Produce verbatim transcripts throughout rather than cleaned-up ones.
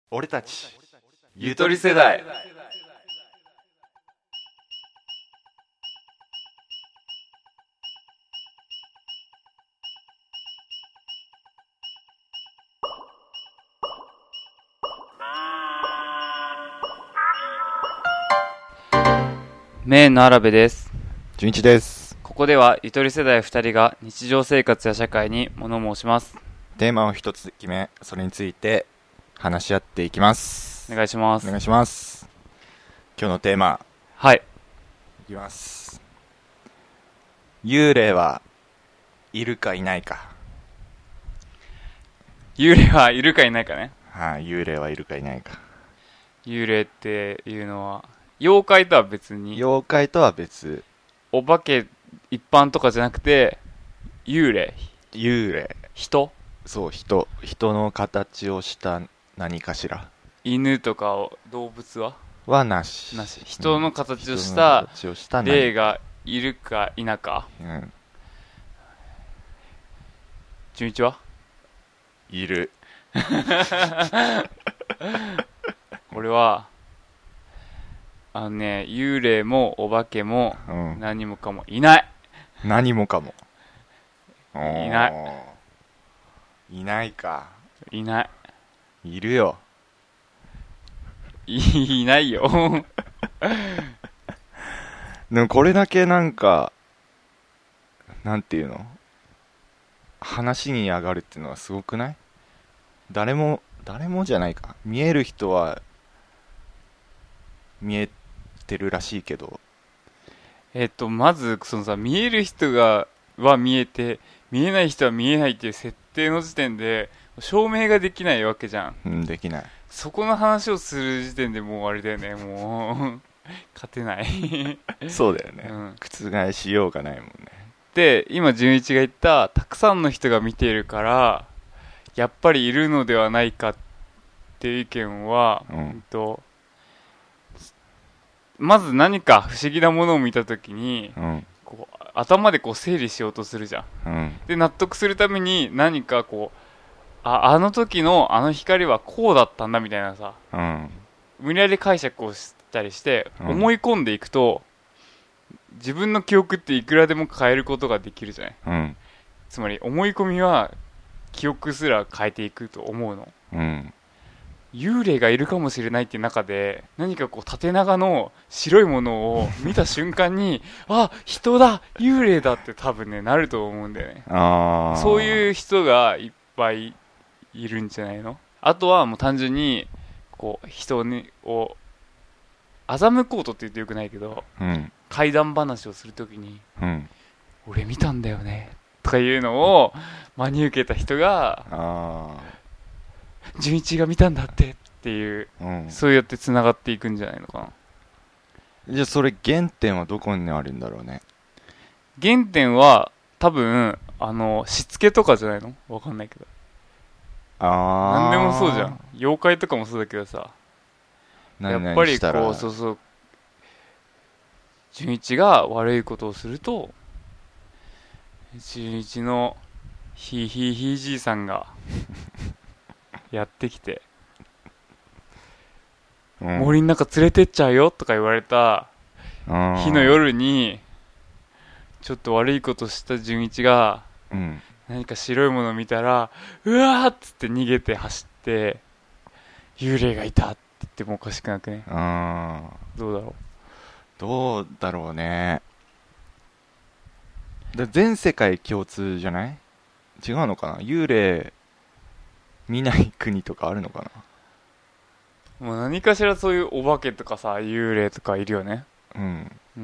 俺たちゆとり世代。 メインのアラベです。 純一です。 ここではゆとり世代ふたりが日常生活や社会に物申します。 テーマを一つ決め、それについて話し合っていきます。 お願いします。 お願いします。今日のテーマ、 はい、 いきます。幽霊はいるかいないか。 幽霊はいるかいないかね。 はい、幽霊はいるかいないか。 幽霊っていうのは妖怪とは別に、 妖怪とは別、 お化け一般とかじゃなくて幽霊、 幽霊、 人、 そう、人人の形をした何かしら。 犬とかを動物ははなしなし。人の形をし人のた形をした何霊がいるか否か。 うん、 純一はいる。 これはあのね、幽霊もお化けも何もかもいない、 うん、何もかもいないいないか。 いない。 いるよ。 いないよ。 でもこれだけなんかなんていうの、話に上がるっていうのはすごくない？誰も誰もじゃないか、見える人は見えてるらしいけど、 えっとまずそのさ、見える人がは見えて見えない人は見えないっていう設定の時点で証明ができないわけじゃん。 うん、できない。 そこの話をする時点でもうあれだよね、もう勝てない。 そうだよね、うん、覆しようがないもんね。 で、今純一が言ったたくさんの人が見ているからやっぱりいるのではないかっていう意見は、うんうんと、まず何か不思議なものを見たときに、うん、こう頭でこう整理しようとするじゃん、うん、で納得するために何かこう、あ、あの時のあの光はこうだったんだみたいなさ、うん、無理やり解釈をしたりして、うん、思い込んでいくと自分の記憶っていくらでも変えることができるじゃない、うん、つまり思い込みは記憶すら変えていくと思うの、うん、幽霊がいるかもしれないっていう中で何かこう縦長の白いものを見た瞬間にあ、人だ、幽霊だって多分ねなると思うんだよね。あ、そういう人がいっぱいいるんじゃないの。あとはもう単純にこう人にを欺こうとって言ってよくないけど、うん、怪談話をするときに、うん、俺見たんだよねとかいうのを真に受けた人が、あ、純一が見たんだってっていう、うん、そうやってつながっていくんじゃないのかな。 じゃあそれ原点はどこにあるんだろうね。 原点は多分あのしつけとかじゃないの、わかんないけど。あ、なんでもそうじゃん。妖怪とかもそうだけどさ、やっぱりこう、そうそう、純一が悪いことをすると純一のひいひいひいじいさんがやってきて、うん、森の中連れてっちゃうよとか言われた日の夜にちょっと悪いことした純一が、うん、何か白いものを見たらうわーっつって逃げて走って幽霊がいたって言ってもおかしくなくね。あ、どうだろうどうだろうね。で全世界共通じゃない？違うのかな。幽霊見ない国とかあるのかな。もう何かしらそういうお化けとかさ、幽霊とかいるよね。うん、うん、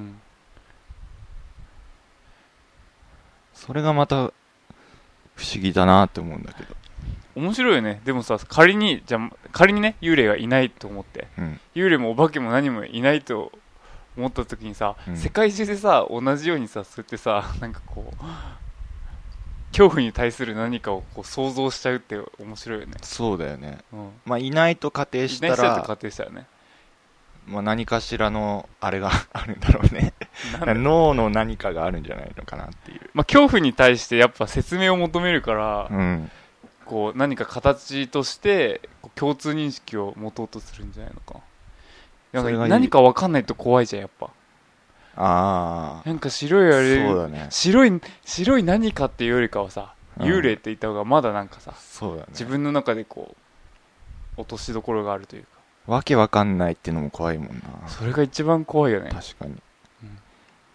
それがまた不思議だなって思うんだけど。 面白いよね。でもさ、仮にじゃあ仮にね、幽霊がいないと思って、うん、幽霊もお化けも何もいないと思った時にさ、うん、世界中でさ同じようにさ、そうやってさ、なんかこう恐怖に対する何かをこう想像しちゃうって面白いよね。 そうだよね、うん、まあいないと仮定したら、いないと仮定したらね、まあ、何かしらのあれがあるんだろうね。脳の何かがあるんじゃないのかなっていう。 まあ恐怖に対してやっぱ説明を求めるから、うん、こう何か形としてこう共通認識を持とうとするんじゃないのか。なんか何か分かんないと怖いじゃんやっぱ。 ああ。 なんか白いあれ、 そうだね。 白い白い何かっていうよりかはさ、うん、幽霊って言った方がまだなんかさ、 そうだね、 自分の中でこう落としどころがあるというか。 わけわかんないっていうのも怖いもんな。 それが一番怖いよね。 確かに。うん、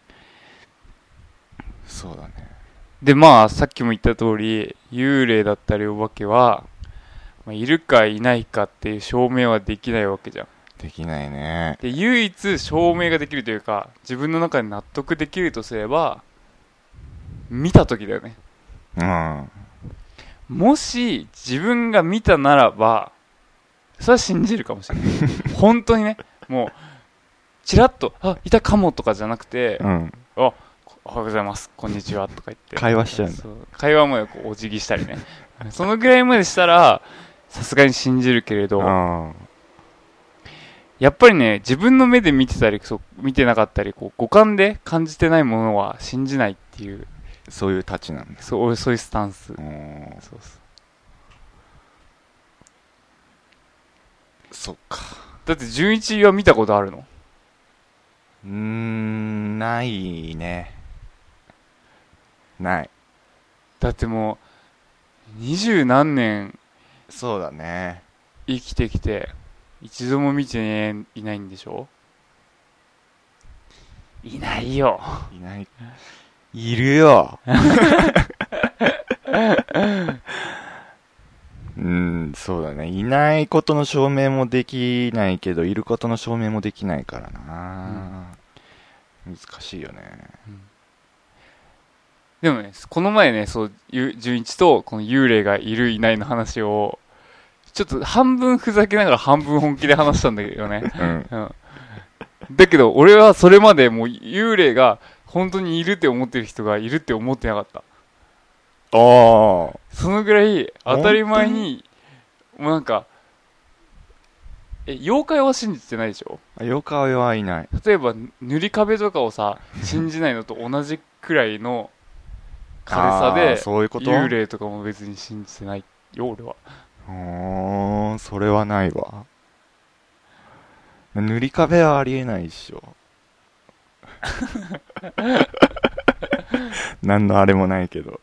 そうだね。 でまあさっきも言った通り幽霊だったりお化けは、まあ、いるかいないかっていう証明はできないわけじゃん。 できないね。 で唯一証明ができるというか自分の中で納得できるとすれば見た時だよね。 うん。 もし自分が見たならばそれは信じるかもしれない本当にね、もうチラッとあいたかもとかじゃなくて、 うん、 あおはようございますこんにちはとか言って会話しちゃうんだ。 会話もこうお辞儀したりねそのぐらいまでしたらさすがに信じるけれど、やっぱりね自分の目で見てたりそう見てなかったりこう五感で感じてないものは信じないっていう、 そういうタチなんだ。 そうそういうスタンス。そうそう、 そっか。 だって純一は見たことあるの？ うーん、ないね。ない。 だってもう二十何年そうだね生きてきて一度も見て、ね、いないんでしょ？いないよ。 いない。いるよ。うん、そうだね。いないことの証明もできないけどいることの証明もできないからな、うん、難しいよね、うん、 でもねこの前ねそう純一とこの幽霊がいるいないの話をちょっと半分ふざけながら半分本気で話したんだけどね、うんうん、だけど俺はそれまでもう幽霊が本当にいるって思ってる人がいるって思ってなかった。 ああ、 そのぐらい当たり前にもうなんかえ妖怪は信じてないでしょ？ 妖怪はいない。 例えば塗り壁とかをさ信じないのと同じくらいの軽さでそういうこと？ 幽霊とかも別に信じてないよ俺は。 ああ、それはないわ。塗り壁はありえないでしょ。何のあれもないけど。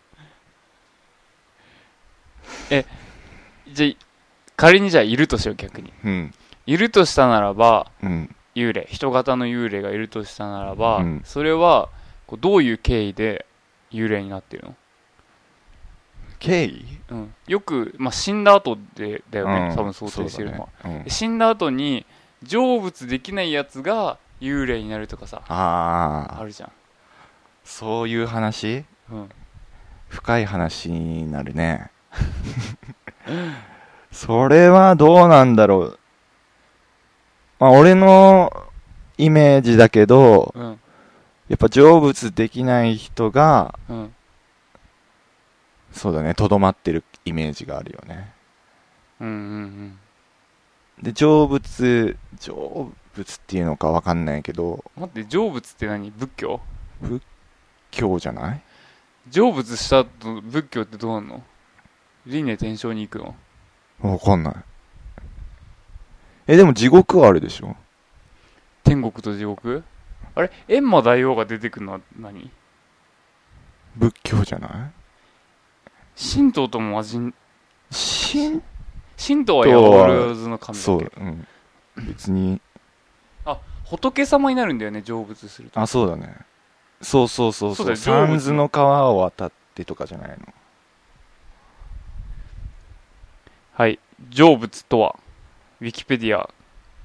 えじゃあ仮にじゃあいるとしよう逆に、うん、いるとしたならば、うん、幽霊人型の幽霊がいるとしたならば、うん、それはこうどういう経緯で幽霊になってるの？ 経緯？ うん、よく、まあ、死んだ後でだよね、うん、多分想定してるのは、ねうん、死んだ後に成仏できないやつが幽霊になるとかさ あ, あるじゃん。 そういう話、うん、深い話になるねそれはどうなんだろう。まあ俺のイメージだけど、うん、やっぱ成仏できない人が、うん、そうだね、とどまってるイメージがあるよね。うんうんうん。で成仏成仏っていうのかわかんないけど。 待って、成仏って何？仏教？ 仏教じゃない？ 成仏した後仏教ってどうなの？輪廻転生に行くの？ わかんない。え、でも地獄はあるでしょ？ 天国と地獄？あれ？閻魔大王が出てくるのは何？ 仏教じゃない？ 神道とも同じ。 神神道は八百万の神だっけ？ そう、うん。別に。 あ、仏様になるんだよね、成仏すると。 あ、そうだね。そうそうそうそう。三途の川を渡ってとかじゃないの？ はい。成仏とは、ウィキペディア。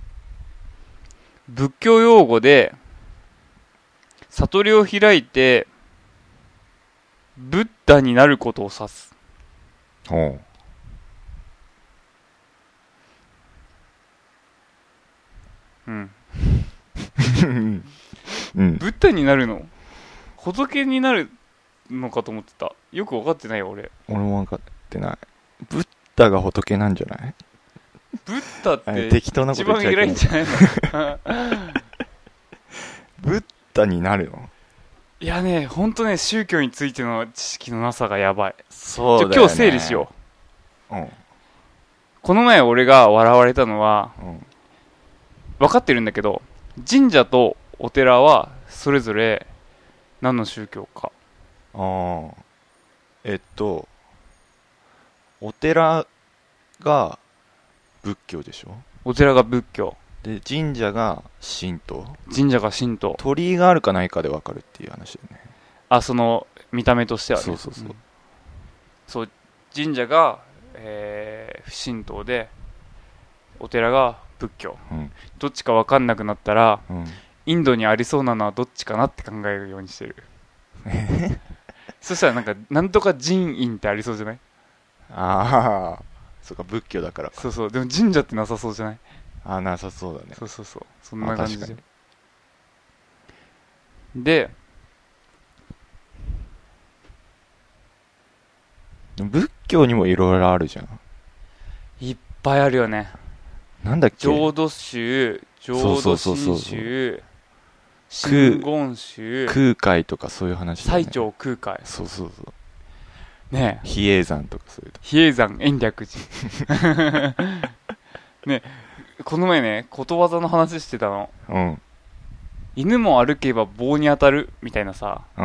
仏教用語で、悟りを開いて、ブッダになることを指す。ほう。うん。うん。ブッダになるの？仏になるのかと思ってた。よく分かってないよ、俺。 俺も分かってない。ブッダが仏なんじゃない？ ブッダって適当なこと言っちゃいけない。 一番偉いんじゃないの？ ブッダになるの？ いやね、ほんとね、宗教についての知識のなさがやばい。 そうだよね。 今日整理しよう。うん。 この前俺が笑われたのは、 うん、 分かってるんだけど、神社とお寺はそれぞれ何の宗教か。 ああ、えっとお寺が仏教でしょ。 お寺が仏教で神社が神道。 神社が神道。 鳥居があるかないかで分かるっていう話だよね。 あ、その見た目としてはね。 そうそうそう、うん、 そう、神社が、えー、神道でお寺が仏教、うん、どっちか分かんなくなったら、うん、インドにありそうなのはどっちかなって考えるようにしてる。そしたらなんかなんとか寺院ってありそうじゃない？ああ、そうか、仏教だからか。 そうそう、でも神社ってなさそうじゃない？ ああ、なさそうだね。 そうそうそう、そんな感じで。で、 仏教にもいろいろあるじゃん。 いっぱいあるよね。 なんだっけ、 浄土宗、浄土真宗、真言宗、 空海とかそういう話だね。 最澄空海。 そうそうそう。 ねえ、 比叡山とかそういう。 比叡山延暦寺。ね、この前ね、ことわざの話してたの。うん。犬も歩けば棒に当たるみたいなさ。うん。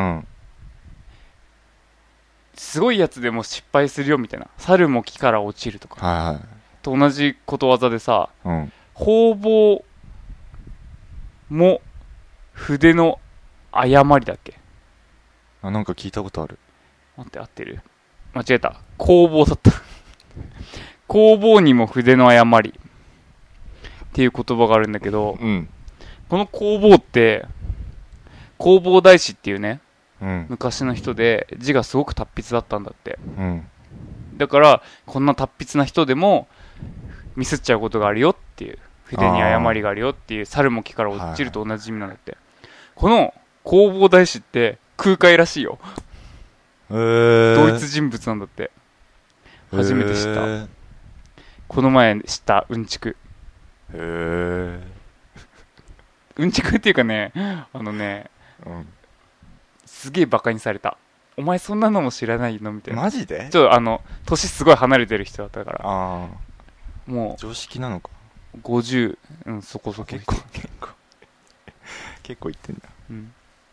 すごいやつでも失敗するよみたいな。猿も木から落ちるとか。はいはい。と同じことわざでさ、うん、方々も筆の誤りだっけ。 あ、なんか聞いたことある。 待って、合ってる？間違えた。工房だった。工房にも筆の誤りっていう言葉があるんだけど、うん、この工房って弘法大師っていうね、うん、昔の人で字がすごく達筆だったんだって、うん、だからこんな達筆な人でもミスっちゃうことがあるよっていう、筆に誤りがあるよっていう、猿も木から落ちると同じ意味なんだって、はい、この弘法大師って空海らしいよ。へー、同一人物なんだって。初めて知った。この前知ったうんちく。へー。うんちくっていうかね、あのね、うん、すげえバカにされた。お前そんなのも知らないのみたいな。 マジで？ ちょっとあの年すごい離れてる人だったから。 あ、 もう常識なのか。 ごじゅう、うん、そこそこ結構結構結構言ってんだ。うん。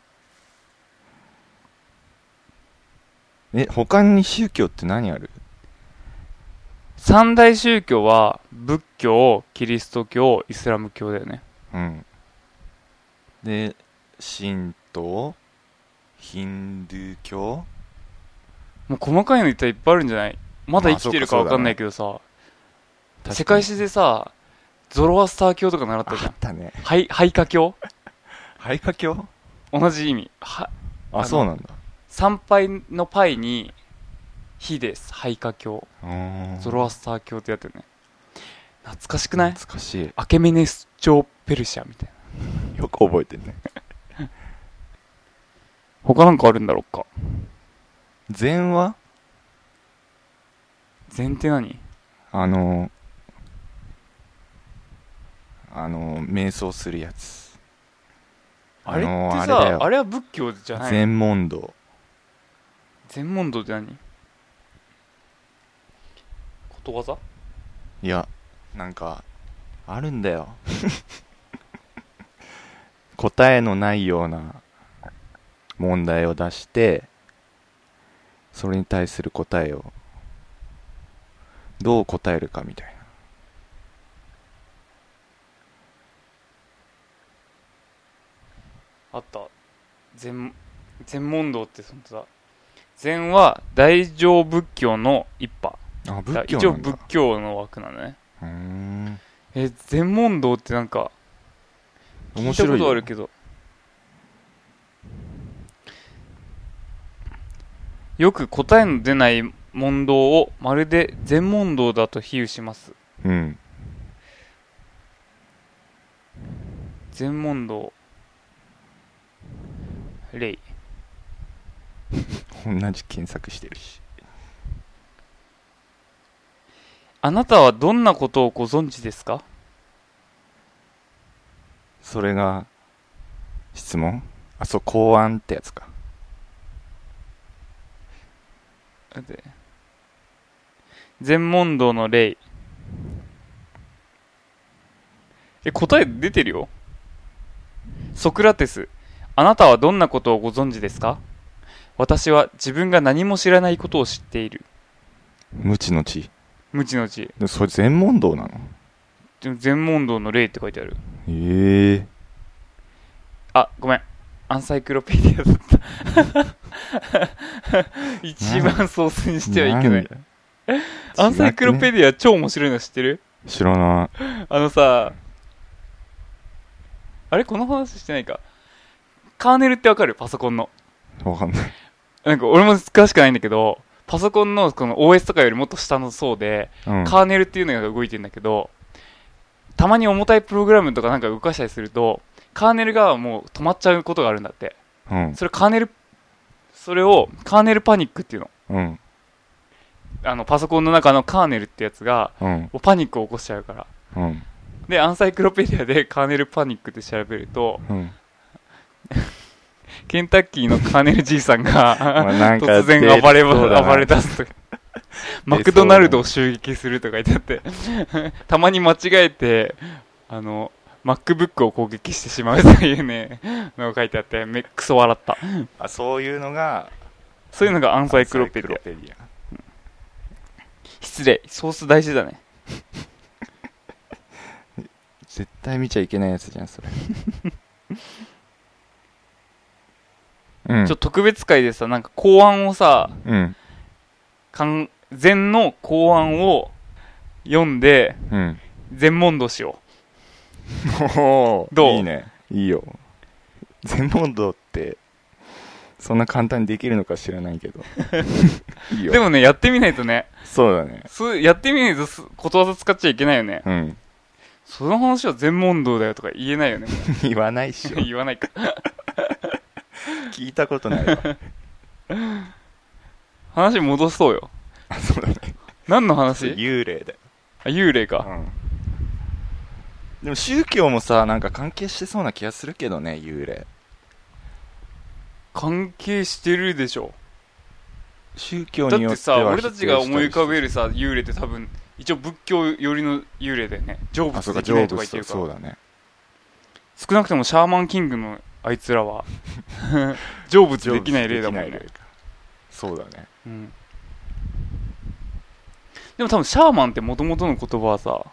え、他に宗教って何ある？ 三大宗教は仏教、キリスト教、イスラム教だよね。うん。 で、神道、ヒンドゥー教。 もう細かいの言ったらいっぱいあるんじゃない？まだ生きてるか分かんないけどさ、まあね、世界史でさ、ゾロアスター教とか習ったじゃん。 あったね。 ハイ、ハイカ教ハイカ教同じ意味。はあ、あ、そうなんだ。 参拝のパイに火です。ハイカ教。ゾロアスター教ってやってるね。懐かしくない？ 懐かしい。 アケメネス朝ペルシャみたいな。よく覚えてるね。 他なんかあるんだろうか。 禅は？ 禅って何？ あのあの瞑想するやつ。 あれってさ、あれ, あれは仏教じゃない？ 禅問答。 禅問答って何？ことわざ？ いや、なんかあるんだよ。答えのないような問題を出して、それに対する答えをどう答えるかみたいな。 あった。禅、禅問答ってそのさ、禅は大乗仏教の一派。 あ、仏教なんだ。 一応仏教の枠なのね。うーん。え、禅問答ってなんか聞いたことあるけど、よく答えの出ない問答をまるで禅問答だと比喩します。うん。禅問答例。 同じ検索してるし。 あなたはどんなことをご存知ですか？ それが質問？あ、そう、公安ってやつか。 で、禅問答の例。 え、答え出てるよ。ソクラテス、あなたはどんなことをご存知ですか？私は自分が何も知らないことを知っている。 無知の知。 無知の知。 でそれ全問答なの？ でも全問答の例って書いてある。 ええー。 あ、ごめん。アンサイクロペディアだった一番ソースにしてはいけない。アンサイクロペディア超面白いの知ってる？ 知らない。 あのさ、あれこの話してないか。カーネルってわかる？パソコンの。 わかんない。 なんか俺も詳しくないんだけど、パソコンのこの オーエス とかよりもっと下の層で、うん、カーネルっていうのが動いてるんだけど、たまに重たいプログラムとかなんか動かしたりすると、カーネルがもう止まっちゃうことがあるんだって。うん、それカーネル、それをカーネルパニックっていうの。うん、あのパソコンの中のカーネルってやつが、うん、パニックを起こしちゃうから。うん、で、アンサイクロペディアでカーネルパニックって調べると、うんケンタッキーのカーネルじいさんが突然暴れ暴れ出すとかマクドナルドを襲撃するとか言ってあってたまに間違えてあの MacBook を攻撃してしまうというねのが書いてあってめっクソ笑った。 あ、そういうのがそういうのがアンサイクロペディア。ディア失礼、ソース大事だね絶対見ちゃいけないやつじゃんそれうん、 ちょっと特別会でさ、なんか考案をさ、うん、禅の考案を読んで、うん、禅問答しよう。おどう？いいね、いいよ。禅問答ってそんな簡単にできるのか知らないけどいいよ。 でもね、やってみないとね。 そうだね。 そうやってみないとことわざ使っちゃいけないよね。うん。その話は禅問答だよとか言えないよね。 言わないっしょ。 言わないか。 聞いたことないわ話戻そうよ。 あ、そうだね。 何の話？ 幽霊だよ。 あ、幽霊か、うん、 でも宗教もさ、なんか関係してそうな気がするけどね。幽霊関係してるでしょ。 宗教によっては。 だってさ、俺たちが思い浮かべるさ幽霊って多分一応仏教寄りの幽霊だよね。成仏できないとか言ってるから。 そうだね。 少なくともシャーマンキングのあいつらは成仏できない例だもんね。 そうだね、うん、 でも多分シャーマンって元々の言葉はさ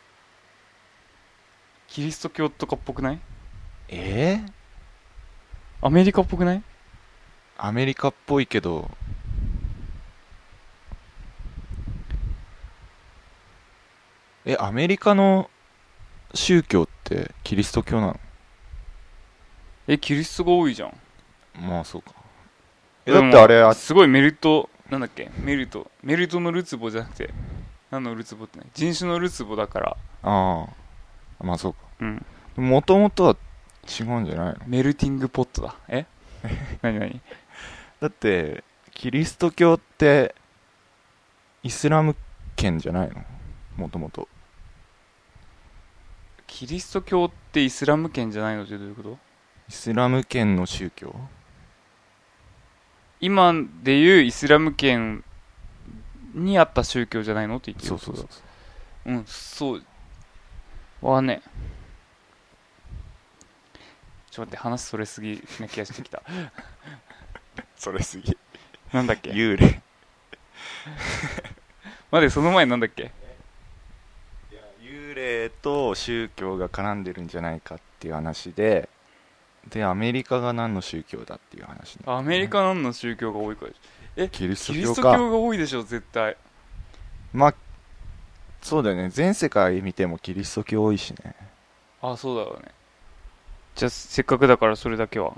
キリスト教とかっぽくない？ えー、 アメリカっぽくない？ アメリカっぽいけどえアメリカの宗教ってキリスト教なの？ え、キリストが多いじゃん。 まあそうか。え、だってあれすごいメルト、なんだっけ、メルトメルトのルツボじゃなくて何のルツボってね、人種のルツボだから。 ああ、まあそうか。うん。もともとは違うんじゃないの？ メルティングポットだ。え何何だってキリスト教ってイスラム圏じゃないの？もともとキリスト教ってイスラム圏じゃないのってどういうこと？ イスラム圏の宗教？ 今でいうイスラム圏にあった宗教じゃないのって言ってる。 そうそうそう。 うん、そうはね。ちょっと待って、話それすぎな気がしてきたそれすぎ。 なんだっけ？ 幽霊待って、その前なんだっけ？ いや、幽霊と宗教が絡んでるんじゃないかっていう話で、でアメリカが何の宗教だっていう話、ね、 アメリカ何の宗教が多いか。え、 キリスト教か。 キリスト教が多いでしょ絶対。 まあそうだよね。全世界見てもキリスト教多いしね。 あ、そうだよね。じゃあせっかくだからそれだけは。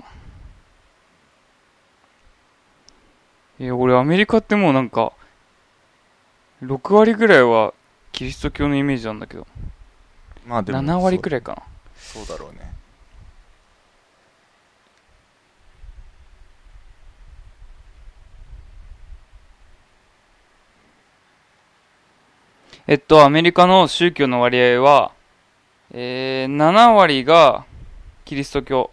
え、俺アメリカってもうなんかろくわりぐらいはキリスト教のイメージなんだけど、 まあでもななわりくらいかな。 そうだろうね。 えっと、アメリカの宗教の割合は、えー、ななわりがキリスト教。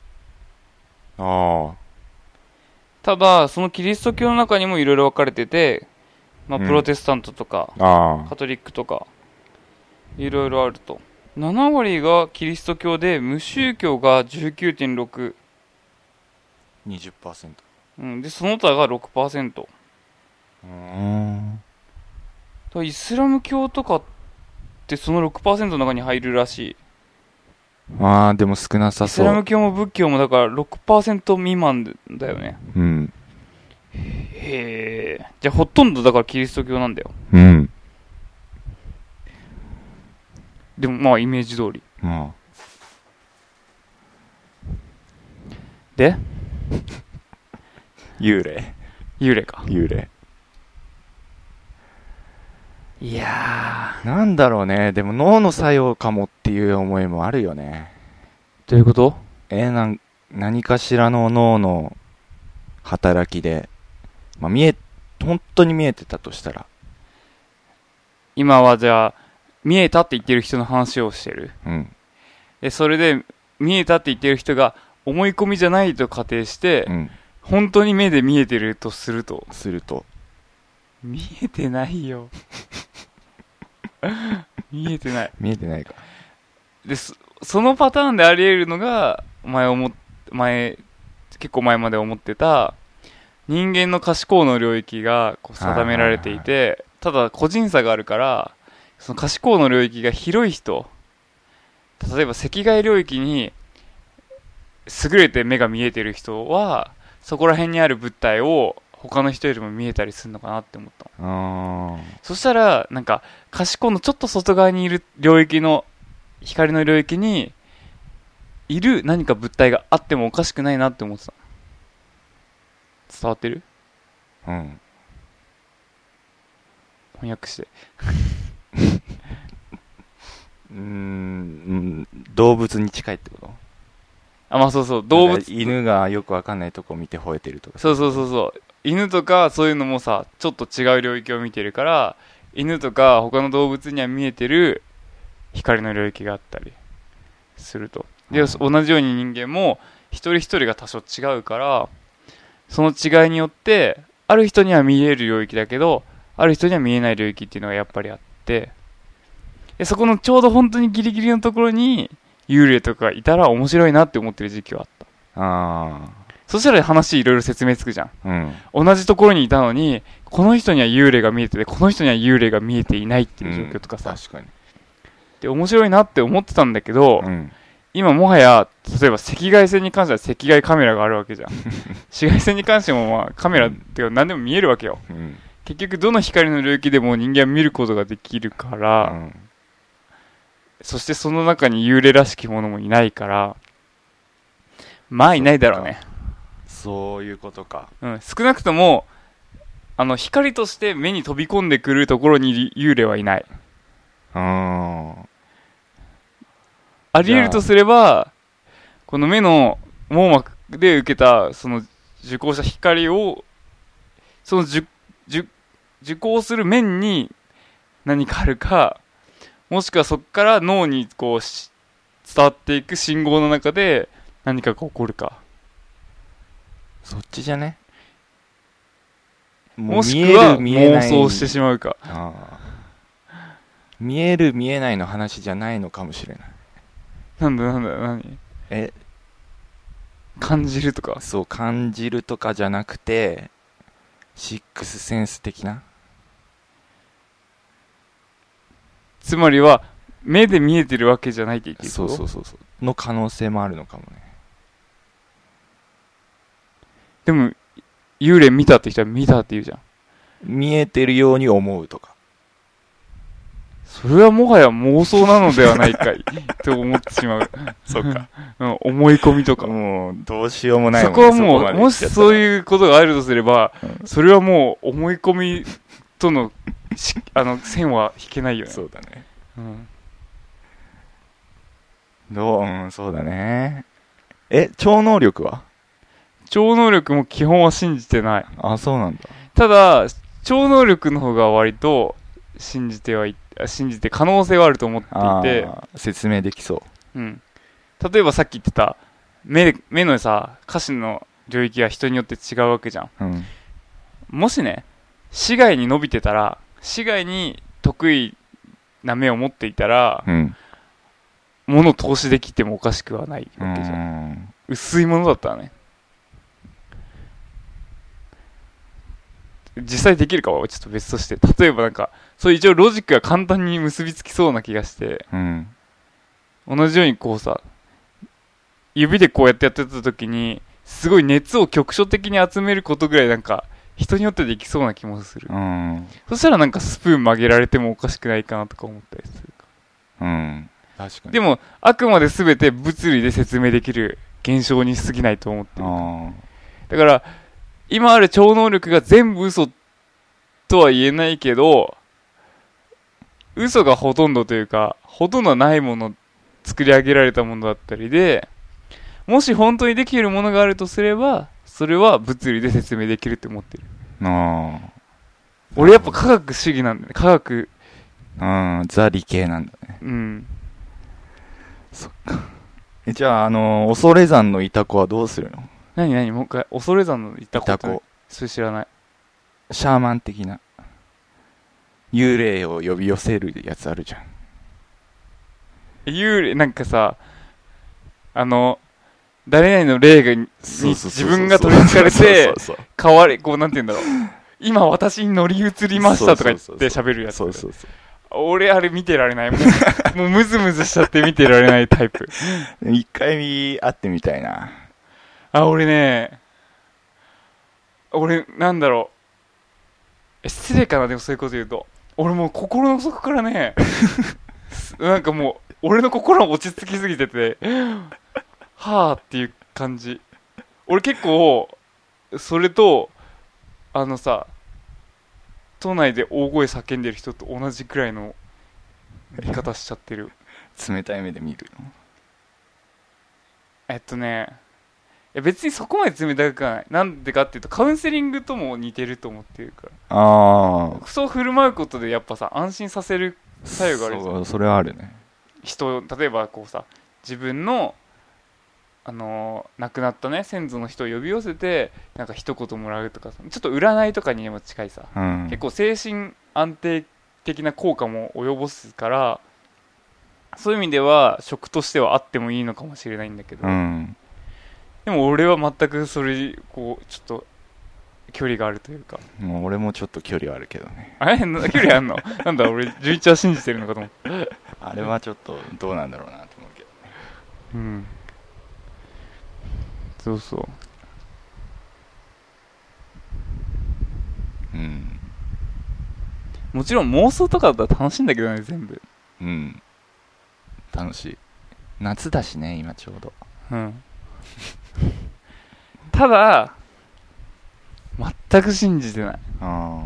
ああ。 ただ、そのキリスト教の中にもいろいろ分かれてて、まあ、プロテスタントとか、 うん、 カトリックとか、いろいろあると。 なな割がキリスト教で無宗教が じゅうきゅうてんろく、 にじゅっパーセント、 うん、でその他が ろくパーセント。 うーんだイスラム教とかってその ろくパーセント の中に入るらしい。 あーでも少なさそう。 イスラム教も仏教もだから ろくパーセント 未満だよね。 うん。 へえ。じゃあほとんどだからキリスト教なんだよ。 うん。 でもまあイメージ通り。 まあ。 で幽霊。 幽霊か。 幽霊。 いやー。なんだろうね。でも脳の作用かもっていう思いもあるよね。 どういうこと？ えー、なん何かしらの脳の働きで、まあ、見え、本当に見えてたとしたら。 今はじゃあ、見えたって言ってる人の話をしてる。 うん。 で、それで、見えたって言ってる人が思い込みじゃないと仮定して、うん、本当に目で見えてるとすると。 すると。 見えてないよ。見えてない。 見えてないか。 で、そ, そのパターンであり得るのが、前思、前、結構前まで思ってた、人間の可視光の領域がこう定められていて、ただ個人差があるから、その可視光の領域が広い人、例えば赤外領域に優れて目が見えてる人は、そこら辺にある物体を他の人よりも見えたりするのかなって思った。 あそしたら、なんか可視光のちょっと外側にいる領域の、光の領域にいる何か物体があってもおかしくないなって思ってた。伝わってる？ うん。 翻訳して。 うーん、動物に近いってこと？ あ、まあそうそう、動物。 犬がよくわかんないとこ見て吠えてるとか。 そうそうそうそう。犬とかそういうのもさ、ちょっと違う領域を見てるから、犬とか他の動物には見えてる光の領域があったりすると。で、うん、同じように人間も一人一人が多少違うから、その違いによって、ある人には見える領域だけど、ある人には見えない領域っていうのがやっぱりあって、でそこのちょうど本当にギリギリのところに幽霊とかいたら面白いなって思ってる時期はあった。 あそしたら話いろいろ説明つくじゃん、 うん、 同じところにいたのにこの人には幽霊が見えててこの人には幽霊が見えていないっていう状況とかさ、 うん、確かにで面白いなって思ってたんだけど、 うん、 今もはや例えば赤外線に関しては赤外カメラがあるわけじゃん紫外線に関してもまあカメラっていうか何でも見えるわけよ、うん、結局どの光の領域でも人間は見ることができるから、うん、そしてその中に幽霊らしきものもいないからまあいないだろうね。 そういうことか、 うん、少なくともあの光として目に飛び込んでくるところに幽霊はいない。 ああり得るとすればこの目の網膜で受けたその受光した光をその受受受光する面に何かあるか、もしくはそこから脳にこう伝わっていく信号の中で何かが起こるか。 そっちじゃね？ もしくは妄想してしまうか。 あ見える見えないの話じゃないのかもしれない。 なんだなんだ何？ え感じるとか？ そう感じるとかじゃなくてシックスセンス的な。 つまりは目で見えてるわけじゃないって言ってる。 そうそうそうそうの可能性もあるのかもね。 でも幽霊見たって人は見たって言うじゃん。 見えてるように思うとか。 それはもはや妄想なのではないかいと思ってしまう。 そうか、 うん、思い込みとか。 もうどうしようもないもんね。 そこはもうそこもしそういうことがあるとすれば、うん、それはもう思い込みとのあの線は引けないよね。 そうだね。 うん。 どう、うん、そうだね。え、超能力は？ 超能力も基本は信じてない。 あ、そうなんだ。 ただ超能力の方が割と信じてはい信じて可能性はあると思っていて、 説明できそう。 うん。例えばさっき言ってた目目のさ可視の領域が人によって違うわけじゃん。 うん、 もしね視外に伸びてたら視外に得意な目を持っていたら、 うん、 ものを投資できてもおかしくはないわけじゃん。薄いものだったらね。実際できるかはちょっと別として、例えばなんかそういう一応ロジックが簡単に結びつきそうな気がして、うん、同じようにこうさ、指でこうやってやってた時にすごい熱を局所的に集めることぐらいなんか人によってできそうな気もする、うん、そしたらなんかスプーン曲げられてもおかしくないかなとか思ったりするか、うん、確かに。でもあくまで全て物理で説明できる現象に過ぎないと思ってる。だから今ある超能力が全部嘘とは言えないけど、嘘がほとんどというか、ほとんどないもの、作り上げられたものだったりで、もし本当にできるものがあるとすれば、それは物理で説明できるって思ってる。ああ。俺やっぱ科学主義なんだよね。科学。 うん、ザ理系なんだね。うん。そっか。え、じゃあ、あの、恐山のイタコはどうするの？ 何何もう一回、恐山のイタコ。イタコ。それ知らない。 シャーマン的な。幽霊を呼び寄せるやつあるじゃん。 幽霊、なんかさ、あの、誰々の霊がに自分が取り憑かれて、変われ、こうなんて言うんだろう。今私に乗り移りましたとか言って喋るやつ。そうそうそう。俺あれ見てられない。もう、もうムズムズしちゃって見てられないタイプ。 一回会ってみたいな。 あ、俺ね、俺、なんだろう。失礼かな、でもそういうこと言うと。俺もう心の底からね、なんかもう、俺の心が落ち着きすぎてて、はぁっていう感じ。俺結構、それと、あのさ、都内で大声叫んでる人と同じくらいの言い方しちゃってる。 冷たい目で見るの？ えっとね、いや別にそこまで冷たくはない。なんでかっていうとカウンセリングとも似てると思ってるから。ああ。そう振る舞うことでやっぱさ安心させる作用があるじゃん。 そう、それはあるね。 人、例えばこうさ、自分のあのー、亡くなったね先祖の人を呼び寄せてなんか一言もらうとかさ、ちょっと占いとかにも近いさ、うん、結構精神安定的な効果も及ぼすから、そういう意味では食としてはあってもいいのかもしれないんだけど、うん、でも俺は全くそれこうちょっと距離があるというか。 もう俺もちょっと距離はあるけどね。 あれ距離あんの？なんだ俺じゅういちは信じてるのかと思ってあれはちょっとどうなんだろうなと思うけどね。うん、 そうそう。うん。もちろん妄想とかだったら楽しいんだけどね、全部。 うん。楽しい。夏だしね、今ちょうど。うん。 ただ、全く信じてない。あ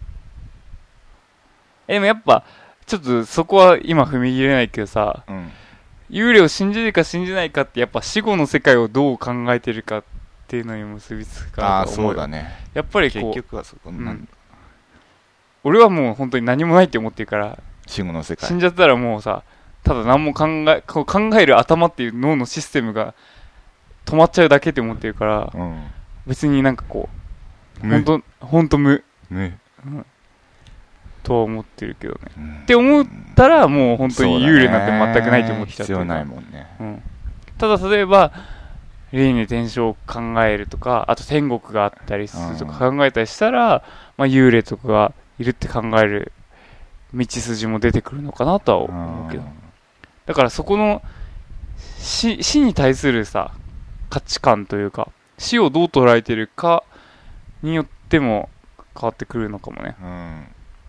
えでもやっぱ、ちょっとそこは今踏み切れないけどさ、うん、幽霊を信じるか信じないかってやっぱ死後の世界をどう考えてるかっていうのに結びつくからと思う。ああ、そうだね。やっぱりこう結局はそこなんだ、うん、 俺はもう本当に何もないって思ってるから、 死後の世界死んじゃったらもうさ、ただ何も考えこう考える頭っていう脳のシステムが止まっちゃうだけって思ってるから、うん、別になんかこう本当本当無無、うん、とは思ってるけどね、うん、って思ったらもう本当に幽霊なんて全くないと思っちゃってる、ね、必要ないもんね、うん、ただ例えば霊に転生を考えるとか、あと天国があったりするとか考えたりしたら、まあ、幽霊とかがいるって考える道筋も出てくるのかなとは思うけど、だからそこの 死, 死に対するさ価値観というか、死をどう捉えてるかによっても変わってくるのかもね、うん、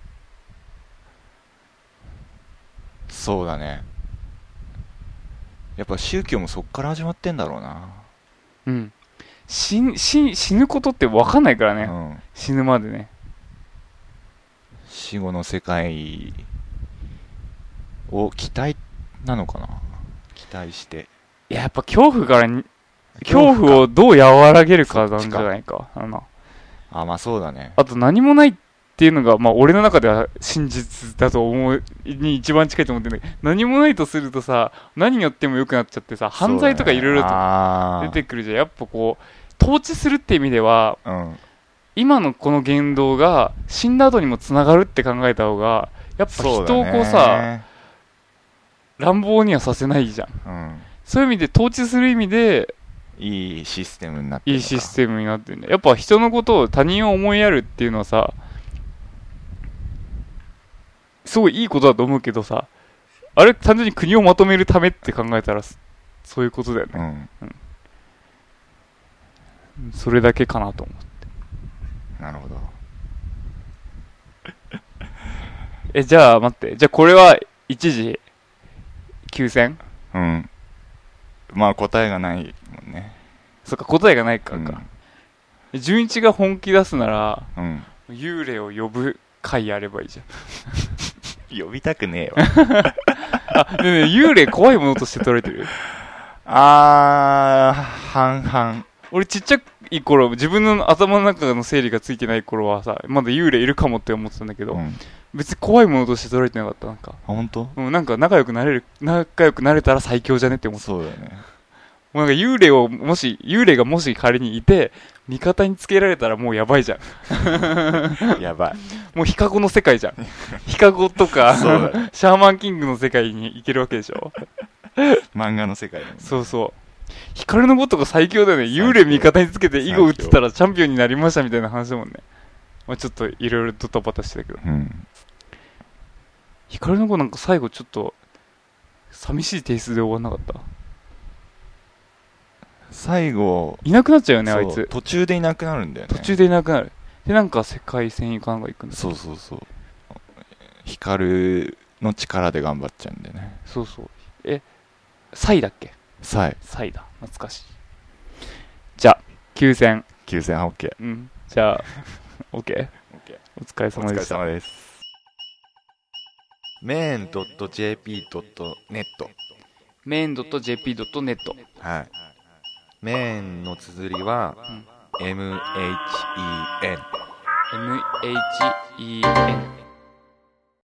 そうだね。やっぱ宗教もそっから始まってんだろうな。 うん。死, 死, 死ぬことって分かんないからね、うん、死ぬまでね。 死後の世界を期待なのかな。期待して。 いや、やっぱ恐怖からに恐怖をどう和らげるかなんじゃないか。あのあ、まあそうだね。 あと何もないっていうのが、まあ俺の中では真実だと思うに一番近いと思ってるんだけど、何もないとするとさ、何やっても良くなっちゃってさ、犯罪とかいろいろと出てくるじゃん。やっぱこう統治するって意味では、うん、今のこの言動が死んだ後にもつながるって考えた方が、やっぱ人をこうさ、 乱暴にはさせないじゃん、うん、そういう意味で統治する意味でいいシステムになってるいいシステムになってるね。やっぱ人のことを他人を思いやるっていうのはさすごいいいことだと思うけどさ、あれ単純に国をまとめるためって考えたらそういうことだよね、うんうん、それだけかなと思って。 なるほどえじゃあ待って、じゃあこれは一時休戦？ うんまあ答えがないもんね。 そっか答えがないからか、うん、純一が本気出すなら、うん、幽霊を呼ぶ会やればいいじゃん呼びたくねえわあ、ねえねえ幽霊怖いものとして捉えてる？ あー半々。 俺ちっちゃい頃自分の頭の中の整理がついてない頃はさまだ幽霊いるかもって思ってたんだけど、うん、別に怖いものとして捉えてなかった。なんかあ本当？ うんなんか仲良くなれる仲良くなれたら最強じゃねって思って。 そうだよね。 もうなんか幽霊をもし幽霊がもし仮にいて味方につけられたらもうやばいじゃんやばい。 もうヒカゴの世界じゃんヒカゴとかシャーマンキングの世界に行けるわけでしょ漫画の世界、ね、 そうそうヒカルのゴッドが最強だよね。幽霊味方につけて囲碁打ってたらチャンピオンになりましたみたいな話だもんね。まあ、ちょっといろいろドタバタしてたけど、うん、ヒカルの子なんか最後ちょっと寂しいテイストで終わんなかった？ 最後いなくなっちゃうよねあいつ。 途中でいなくなるんだよね。 途中でいなくなる。でなんか世界戦行かなんか行くんだ。 そうそうそう。ヒカルの力で頑張っちゃうんだよね。 そうそう。えサイだっけ？ サイサイだ懐かしい。じゃあ休戦休戦は OK。 うんじゃあ OK? OK お疲れ様でした。 お疲れ様です。メイン .jp.net メイン .jp.net はい。メインの綴りは、うん、エムエイチイーエヌエムエイチイーエヌ